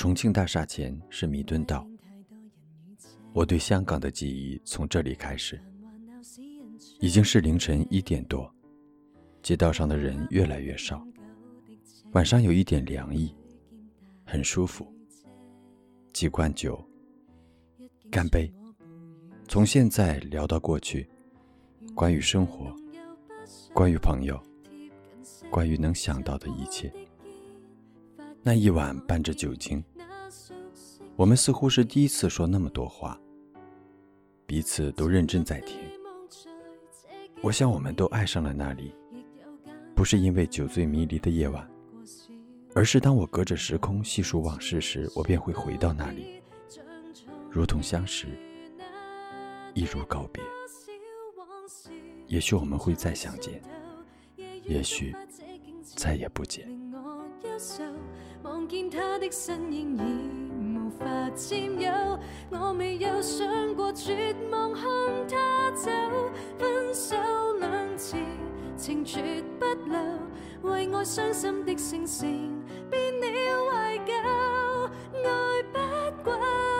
重庆大厦前是弥敦道，我对香港的记忆从这里开始。已经是凌晨1点多，街道上的人越来越少，晚上有一点凉意，很舒服。几罐酒，干杯！从现在聊到过去，关于生活，关于朋友，关于能想到的一切。那一晚伴着酒精，我们似乎是第一次说那么多话，彼此都认真在听。我想我们都爱上了那里，不是因为酒醉迷离的夜晚，而是当我隔着时空细数往事时，我便会回到那里，如同相识，亦如告别。也许我们会再相见，也许再也不见。 望見他的身影已無法佔有，我未有想過絕望看他走，分手兩次情絕不留，為愛傷心的星星變了懷舊，愛不慣